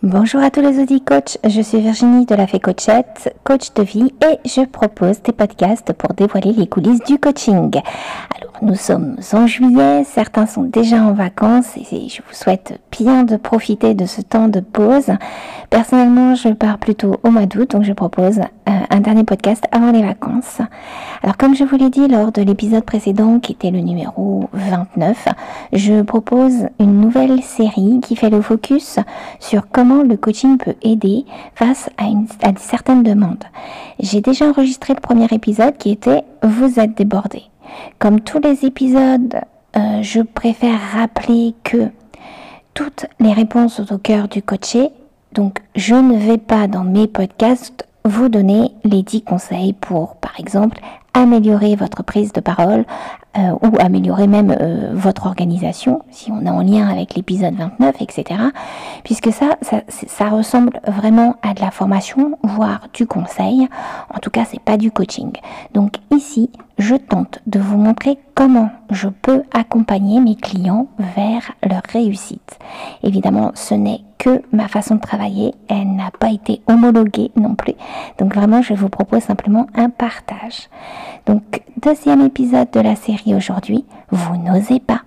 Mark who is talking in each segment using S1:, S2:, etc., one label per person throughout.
S1: Bonjour à tous les audi-coachs, je suis Virginie de la Fée Coachette, coach de vie et je propose des podcasts pour dévoiler les coulisses du coaching. Alors nous sommes en juillet, certains sont déjà en vacances et je vous souhaite bien de profiter de ce temps de pause. Personnellement je pars plutôt au mois d'août, donc je propose un dernier podcast avant les vacances. Alors comme je vous l'ai dit lors de l'épisode précédent qui était le numéro 29, je propose une nouvelle série qui fait le focus sur comment le coaching peut aider face à certaines demandes. J'ai déjà enregistré le premier épisode qui était « Vous êtes débordé ». Comme tous les épisodes, je préfère rappeler que toutes les réponses sont au cœur du coaché. Donc, je ne vais pas dans mes podcasts vous donner les 10 conseils pour, par exemple, améliorer votre prise de parole ou améliorer même votre organisation, si on est en lien avec l'épisode 29, etc. Puisque ça ressemble vraiment à de la formation, voire du conseil. En tout cas, c'est pas du coaching. Donc ici, je tente de vous montrer comment je peux accompagner mes clients vers leur réussite. Évidemment, ce n'est que ma façon de travailler, elle n'a pas été homologuée non plus. Donc vraiment, je vous propose simplement un partage. Donc, deuxième épisode de la série aujourd'hui, vous n'osez pas.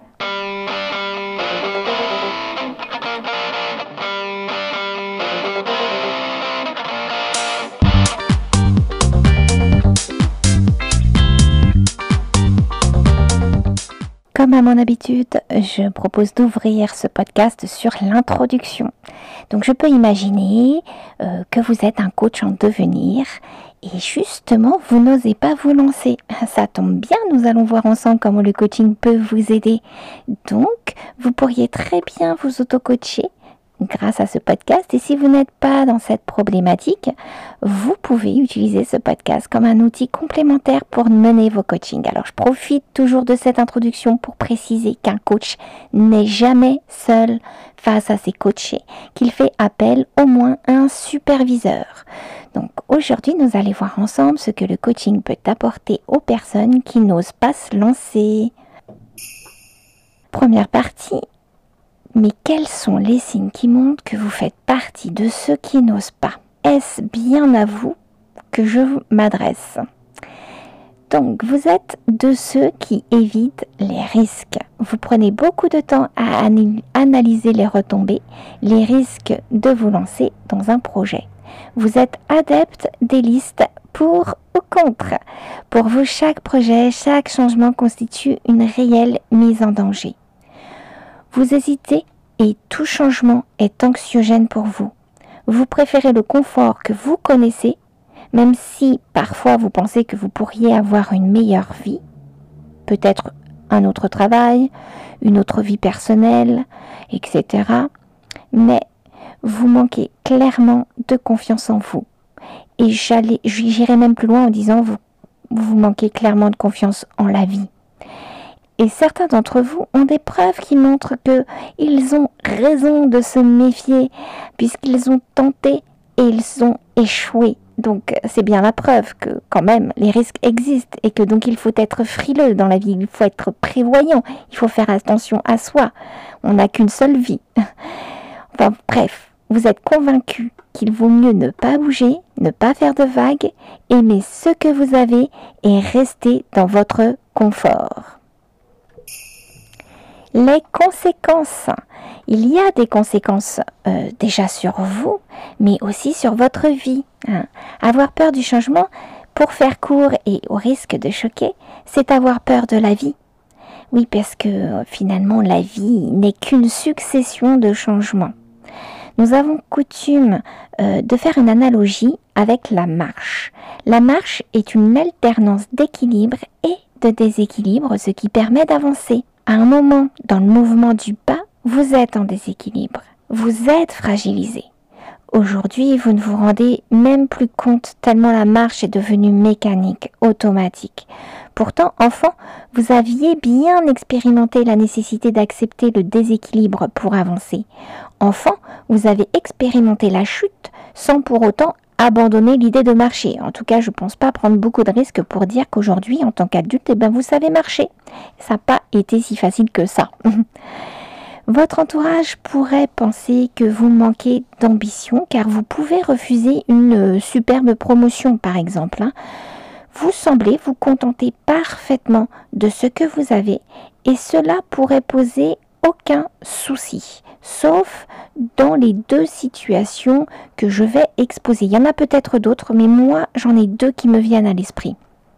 S1: Comme à mon habitude, je propose d'ouvrir ce podcast sur l'introduction. Donc je peux imaginer que vous êtes un coach en devenir et justement vous n'osez pas vous lancer. Ça tombe bien, nous allons voir ensemble comment le coaching peut vous aider. Donc vous pourriez très bien vous auto-coacher grâce à ce podcast. Et si vous n'êtes pas dans cette problématique, vous pouvez utiliser ce podcast comme un outil complémentaire pour mener vos coachings. Alors, je profite toujours de cette introduction pour préciser qu'un coach n'est jamais seul face à ses coachés, qu'il fait appel au moins à un superviseur. Donc, aujourd'hui, nous allons voir ensemble ce que le coaching peut apporter aux personnes qui n'osent pas se lancer. Première partie. Mais quels sont les signes qui montrent que vous faites partie de ceux qui n'osent pas? Est-ce bien à vous que je m'adresse? Donc, vous êtes de ceux qui évitent les risques. Vous prenez beaucoup de temps à analyser les retombées, les risques de vous lancer dans un projet. Vous êtes adepte des listes pour ou contre. Pour vous, chaque projet, chaque changement constitue une réelle mise en danger. Vous hésitez et tout changement est anxiogène pour vous. Vous préférez le confort que vous connaissez, même si parfois vous pensez que vous pourriez avoir une meilleure vie, peut-être un autre travail, une autre vie personnelle, etc. Mais vous manquez clairement de confiance en vous. Et j'irai même plus loin en disant vous manquez clairement de confiance en la vie. Et certains d'entre vous ont des preuves qui montrent qu'ils ont raison de se méfier, puisqu'ils ont tenté et ils ont échoué. Donc c'est bien la preuve que quand même les risques existent et que donc il faut être frileux dans la vie, il faut être prévoyant, il faut faire attention à soi. On n'a qu'une seule vie. Enfin bref, vous êtes convaincus qu'il vaut mieux ne pas bouger, ne pas faire de vagues, aimer ce que vous avez et rester dans votre confort. Les conséquences. Il y a des conséquences déjà sur vous, mais aussi sur votre vie. Avoir peur du changement, pour faire court et au risque de choquer, c'est avoir peur de la vie. Oui, parce que finalement, la vie n'est qu'une succession de changements. Nous avons coutume de faire une analogie avec la marche. La marche est une alternance d'équilibre et de déséquilibre, ce qui permet d'avancer. À un moment dans le mouvement du pas, vous êtes en déséquilibre, vous êtes fragilisé. Aujourd'hui, vous ne vous rendez même plus compte tellement la marche est devenue mécanique, automatique. Pourtant, enfant, vous aviez bien expérimenté la nécessité d'accepter le déséquilibre pour avancer. Enfant, vous avez expérimenté la chute sans pour autant abandonner l'idée de marcher. En tout cas, je ne pense pas prendre beaucoup de risques pour dire qu'aujourd'hui, en tant qu'adulte, vous savez marcher. Ça n'a pas été si facile que ça. Votre entourage pourrait penser que vous manquez d'ambition car vous pouvez refuser une superbe promotion par exemple. Vous semblez vous contenter parfaitement de ce que vous avez et cela pourrait poser aucun souci, sauf dans les deux situations que je vais exposer. Il y en a peut-être d'autres, mais moi j'en ai deux qui me viennent à l'esprit.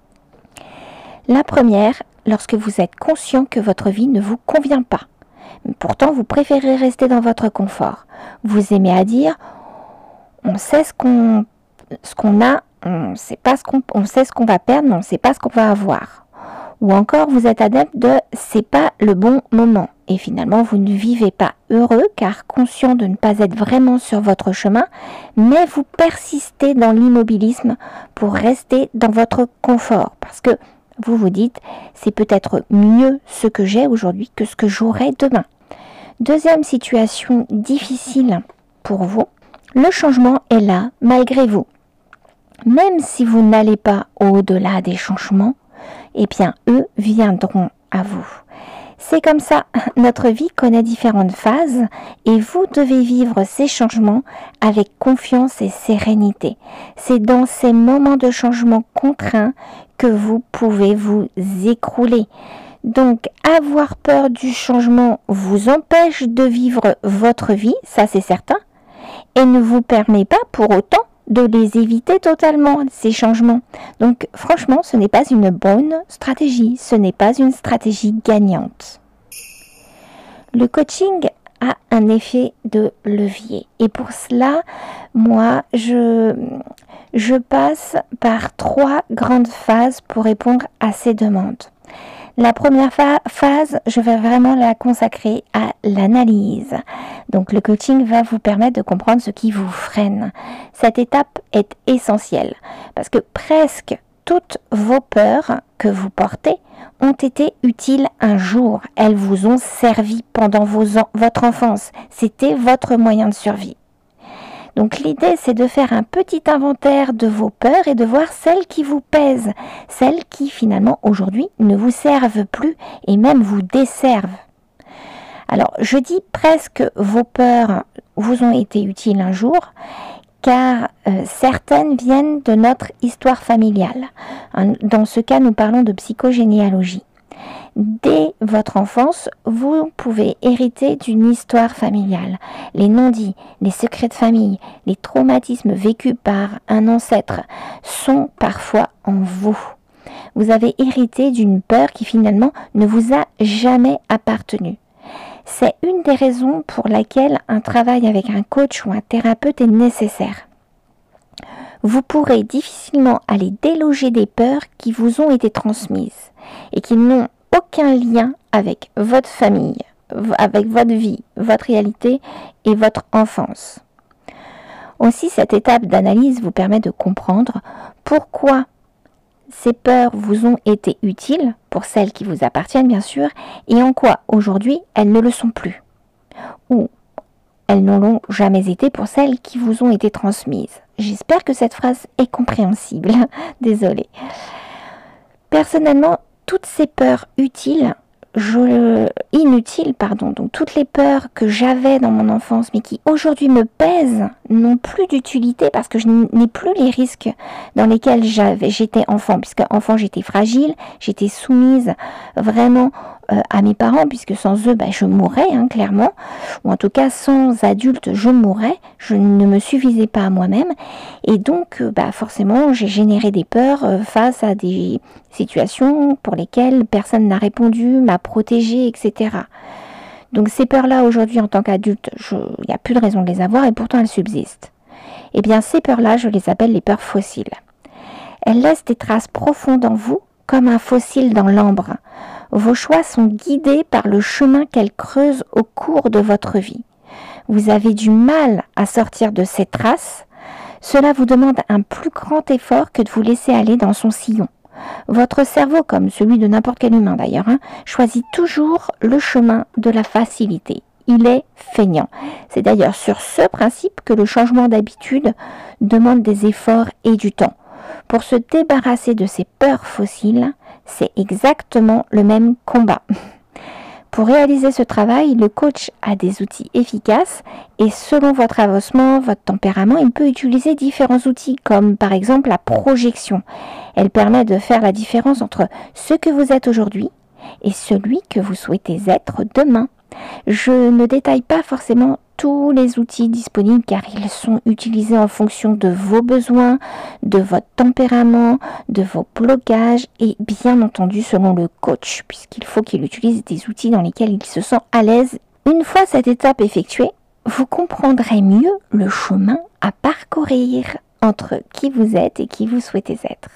S1: La première, lorsque vous êtes conscient que votre vie ne vous convient pas. Pourtant, vous préférez rester dans votre confort. Vous aimez à dire, on sait ce qu'on a, on sait ce qu'on va perdre, mais on ne sait pas ce qu'on va avoir. Ou encore, vous êtes adepte de c'est pas le bon moment. Et finalement, vous ne vivez pas heureux car conscient de ne pas être vraiment sur votre chemin, mais vous persistez dans l'immobilisme pour rester dans votre confort. Parce que vous vous dites, c'est peut-être mieux ce que j'ai aujourd'hui que ce que j'aurai demain. Deuxième situation difficile pour vous, le changement est là malgré vous. Même si vous n'allez pas au-delà des changements, eh bien eux viendront à vous. C'est comme ça, notre vie connaît différentes phases et vous devez vivre ces changements avec confiance et sérénité. C'est dans ces moments de changement contraints que vous pouvez vous écrouler. Donc, avoir peur du changement vous empêche de vivre votre vie, ça c'est certain, et ne vous permet pas pour autant de les éviter totalement, ces changements. Donc, franchement, ce n'est pas une bonne stratégie, ce n'est pas une stratégie gagnante. Le coaching a un effet de levier. Et pour cela, moi, je passe par 3 grandes phases pour répondre à ces demandes. La première phase, je vais vraiment la consacrer à l'analyse. Donc le coaching va vous permettre de comprendre ce qui vous freine. Cette étape est essentielle parce que presque toutes vos peurs que vous portez ont été utiles un jour. Elles vous ont servi pendant votre enfance. C'était votre moyen de survie. Donc l'idée, c'est de faire un petit inventaire de vos peurs et de voir celles qui vous pèsent, celles qui finalement aujourd'hui ne vous servent plus et même vous desservent. Alors je dis presque vos peurs vous ont été utiles un jour, car certaines viennent de notre histoire familiale. Dans ce cas, nous parlons de psychogénéalogie. Dès votre enfance, vous pouvez hériter d'une histoire familiale. Les non-dits, les secrets de famille, les traumatismes vécus par un ancêtre sont parfois en vous. Vous avez hérité d'une peur qui finalement ne vous a jamais appartenu. C'est une des raisons pour laquelle un travail avec un coach ou un thérapeute est nécessaire. Vous pourrez difficilement aller déloger des peurs qui vous ont été transmises et qui n'ont aucun lien avec votre famille, avec votre vie, votre réalité et votre enfance. Aussi, cette étape d'analyse vous permet de comprendre pourquoi ces peurs vous ont été utiles, pour celles qui vous appartiennent bien sûr, et en quoi aujourd'hui elles ne le sont plus, ou elles ne l'ont jamais été pour celles qui vous ont été transmises. J'espère que cette phrase est compréhensible, désolée. Personnellement, toutes ces peurs inutiles, donc toutes les peurs que j'avais dans mon enfance, mais qui aujourd'hui me pèsent, n'ont plus d'utilité parce que je n'ai plus les risques dans lesquels j'étais enfant, puisque enfant j'étais fragile, j'étais soumise vraiment à mes parents, puisque sans eux, je mourrais, clairement, ou en tout cas sans adultes, je mourrais, je ne me suffisais pas à moi-même, et donc forcément j'ai généré des peurs face à des situations pour lesquelles personne n'a répondu, m'a protégée, etc. Donc ces peurs-là aujourd'hui en tant qu'adulte, il n'y a plus de raison de les avoir et pourtant elles subsistent. Eh bien ces peurs-là, je les appelle les peurs fossiles. Elles laissent des traces profondes en vous, comme un fossile dans l'ambre. Vos choix sont guidés par le chemin qu'elles creusent au cours de votre vie. Vous avez du mal à sortir de ces traces. Cela vous demande un plus grand effort que de vous laisser aller dans son sillon. Votre cerveau, comme celui de n'importe quel humain d'ailleurs, choisit toujours le chemin de la facilité. Il est feignant. C'est d'ailleurs sur ce principe que le changement d'habitude demande des efforts et du temps. Pour se débarrasser de ces peurs fossiles, c'est exactement le même combat. Pour réaliser ce travail, le coach a des outils efficaces et selon votre avancement, votre tempérament, il peut utiliser différents outils comme par exemple la projection. Elle permet de faire la différence entre ce que vous êtes aujourd'hui et celui que vous souhaitez être demain. Je ne détaille pas forcément tous les outils disponibles car ils sont utilisés en fonction de vos besoins, de votre tempérament, de vos blocages et bien entendu selon le coach puisqu'il faut qu'il utilise des outils dans lesquels il se sent à l'aise. Une fois cette étape effectuée, vous comprendrez mieux le chemin à parcourir entre qui vous êtes et qui vous souhaitez être.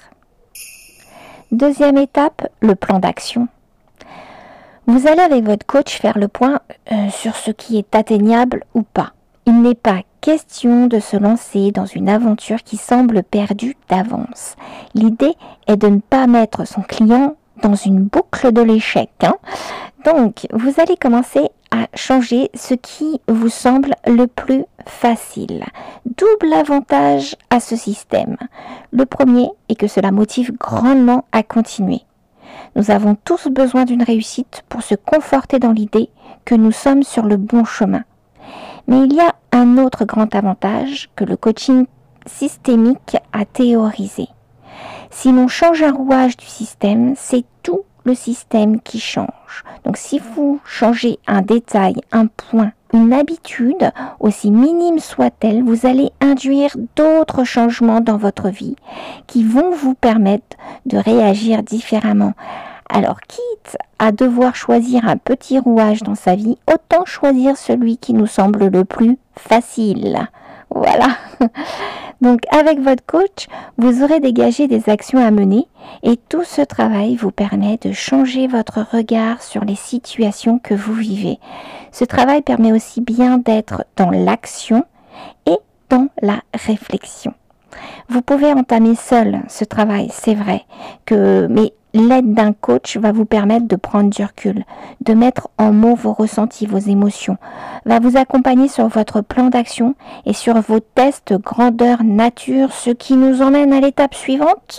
S1: Deuxième étape, le plan d'action. Vous allez avec votre coach faire le point sur ce qui est atteignable ou pas. Il n'est pas question de se lancer dans une aventure qui semble perdue d'avance. L'idée est de ne pas mettre son client dans une boucle de l'échec. Donc, vous allez commencer à changer ce qui vous semble le plus facile. Double avantage à ce système. Le premier est que cela motive grandement à continuer. Nous avons tous besoin d'une réussite pour se conforter dans l'idée que nous sommes sur le bon chemin. Mais il y a un autre grand avantage que le coaching systémique a théorisé. Si l'on change un rouage du système, c'est tout le système qui change. Donc si vous changez un détail, un point, une habitude, aussi minime soit-elle, vous allez induire d'autres changements dans votre vie qui vont vous permettre de réagir différemment. Alors, quitte à devoir choisir un petit rouage dans sa vie, autant choisir celui qui nous semble le plus facile. Voilà. Donc, avec votre coach, vous aurez dégagé des actions à mener et tout ce travail vous permet de changer votre regard sur les situations que vous vivez. Ce travail permet aussi bien d'être dans l'action et dans la réflexion. Vous pouvez entamer seul ce travail, c'est vrai, mais l'aide d'un coach va vous permettre de prendre du recul, de mettre en mots vos ressentis, vos émotions, va vous accompagner sur votre plan d'action et sur vos tests grandeur nature, ce qui nous emmène à l'étape suivante.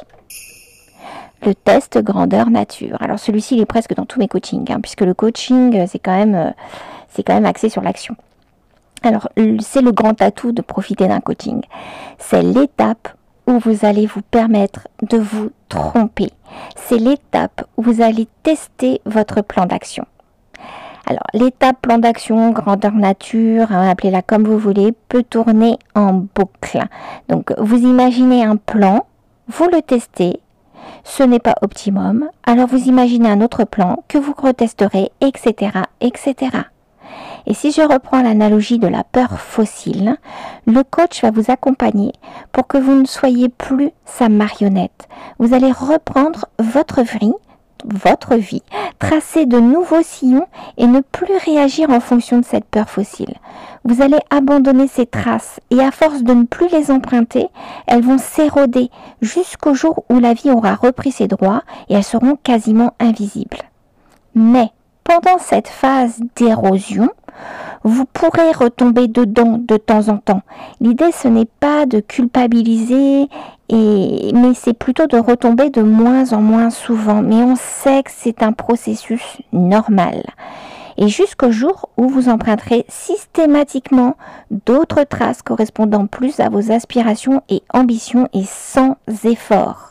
S1: Le test grandeur nature. Alors celui-ci il est presque dans tous mes coachings, puisque le coaching c'est quand même axé sur l'action. Alors c'est le grand atout de profiter d'un coaching. C'est l'étape où vous allez vous permettre de vous tromper. C'est l'étape où vous allez tester votre plan d'action. Alors, l'étape plan d'action, grandeur nature, appelez-la comme vous voulez, peut tourner en boucle. Donc, vous imaginez un plan, vous le testez, ce n'est pas optimum, alors vous imaginez un autre plan que vous retesterez, etc., etc. Et si je reprends l'analogie de la peur fossile, le coach va vous accompagner pour que vous ne soyez plus sa marionnette. Vous allez reprendre votre vie, tracer de nouveaux sillons et ne plus réagir en fonction de cette peur fossile. Vous allez abandonner ces traces et à force de ne plus les emprunter, elles vont s'éroder jusqu'au jour où la vie aura repris ses droits et elles seront quasiment invisibles. Mais pendant cette phase d'érosion, vous pourrez retomber dedans de temps en temps. L'idée, ce n'est pas de culpabiliser, mais c'est plutôt de retomber de moins en moins souvent. Mais on sait que c'est un processus normal. Et jusqu'au jour où vous emprunterez systématiquement d'autres traces correspondant plus à vos aspirations et ambitions et sans effort.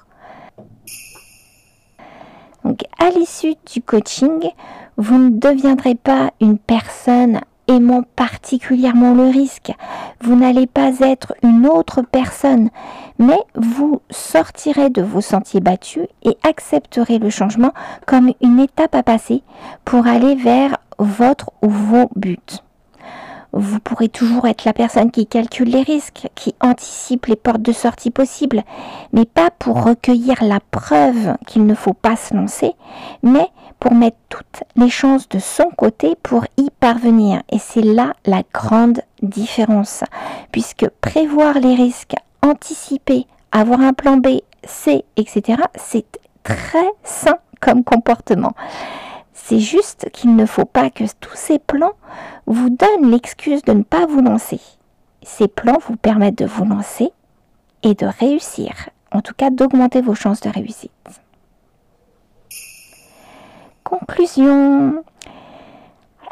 S1: Donc, à l'issue du coaching, vous ne deviendrez pas une personne aimant particulièrement le risque. Vous n'allez pas être une autre personne, mais vous sortirez de vos sentiers battus et accepterez le changement comme une étape à passer pour aller vers votre ou vos buts. Vous pourrez toujours être la personne qui calcule les risques, qui anticipe les portes de sortie possibles, mais pas pour recueillir la preuve qu'il ne faut pas se lancer, mais pour mettre toutes les chances de son côté pour y parvenir. Et c'est là la grande différence, puisque prévoir les risques, anticiper, avoir un plan B, C, etc., c'est très sain comme comportement. C'est juste qu'il ne faut pas que tous ces plans vous donnent l'excuse de ne pas vous lancer. Ces plans vous permettent de vous lancer et de réussir, en tout cas d'augmenter vos chances de réussite. Conclusion.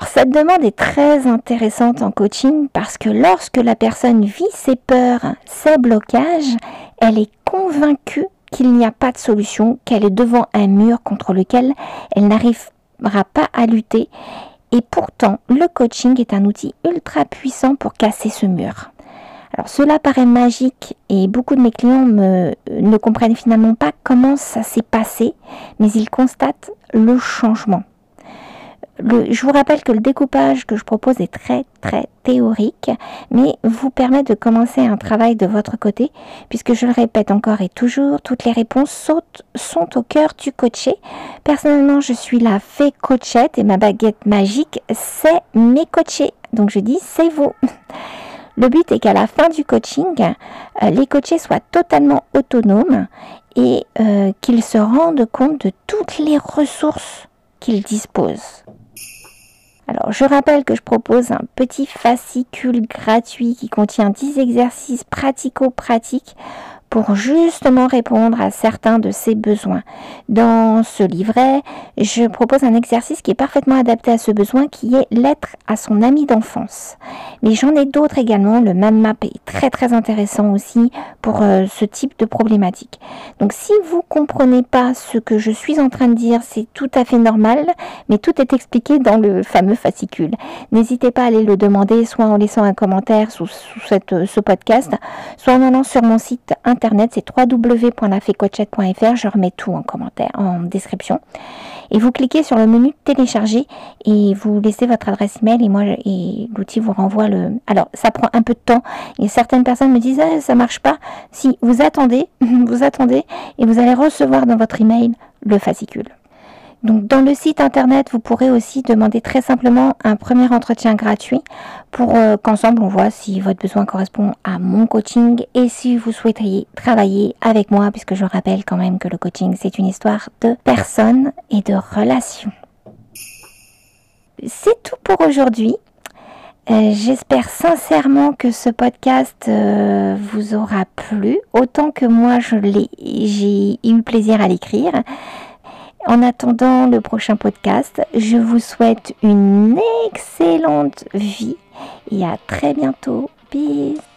S1: Alors, cette demande est très intéressante en coaching parce que lorsque la personne vit ses peurs, ses blocages, elle est convaincue qu'il n'y a pas de solution, qu'elle est devant un mur contre lequel elle n'arrivera pas à lutter. Et pourtant, le coaching est un outil ultra puissant pour casser ce mur. Alors cela paraît magique et beaucoup de mes clients ne comprennent finalement pas comment ça s'est passé, mais ils constatent le changement. Je vous rappelle que le découpage que je propose est très théorique, mais vous permet de commencer un travail de votre côté, puisque je le répète encore et toujours, toutes les réponses sont au cœur du coaché. Personnellement, je suis la fée coachette et ma baguette magique, c'est mes coachés. Donc je dis, c'est vous. Le but est qu'à la fin du coaching, les coachés soient totalement autonomes et qu'ils se rendent compte de toutes les ressources qu'ils disposent. Alors, je rappelle que je propose un petit fascicule gratuit qui contient 10 exercices pratico-pratiques pour justement répondre à certains de ces besoins. Dans ce livret, je propose un exercice qui est parfaitement adapté à ce besoin, qui est l'être à son ami d'enfance. Mais j'en ai d'autres également. Le mind map est très intéressant aussi pour ce type de problématique. Donc si vous comprenez pas ce que je suis en train de dire, c'est tout à fait normal, mais tout est expliqué dans le fameux fascicule. N'hésitez pas à aller le demander, soit en laissant un commentaire sous ce podcast, soit en allant sur mon site internet, c'est www.lafecoachette.fr. Je remets tout en commentaire, en description. Et vous cliquez sur le menu télécharger et vous laissez votre adresse email et l'outil vous renvoie le... Alors, ça prend un peu de temps et certaines personnes me disent « ça marche pas ». Si, vous attendez et vous allez recevoir dans votre email le fascicule. Donc, dans le site internet, vous pourrez aussi demander très simplement un premier entretien gratuit pour qu'ensemble on voit si votre besoin correspond à mon coaching et si vous souhaiteriez travailler avec moi, puisque je rappelle quand même que le coaching, c'est une histoire de personnes et de relations. C'est tout pour aujourd'hui. J'espère sincèrement que ce podcast vous aura plu, autant que moi j'ai eu plaisir à l'écrire. En attendant le prochain podcast, je vous souhaite une excellente vie et à très bientôt. Peace.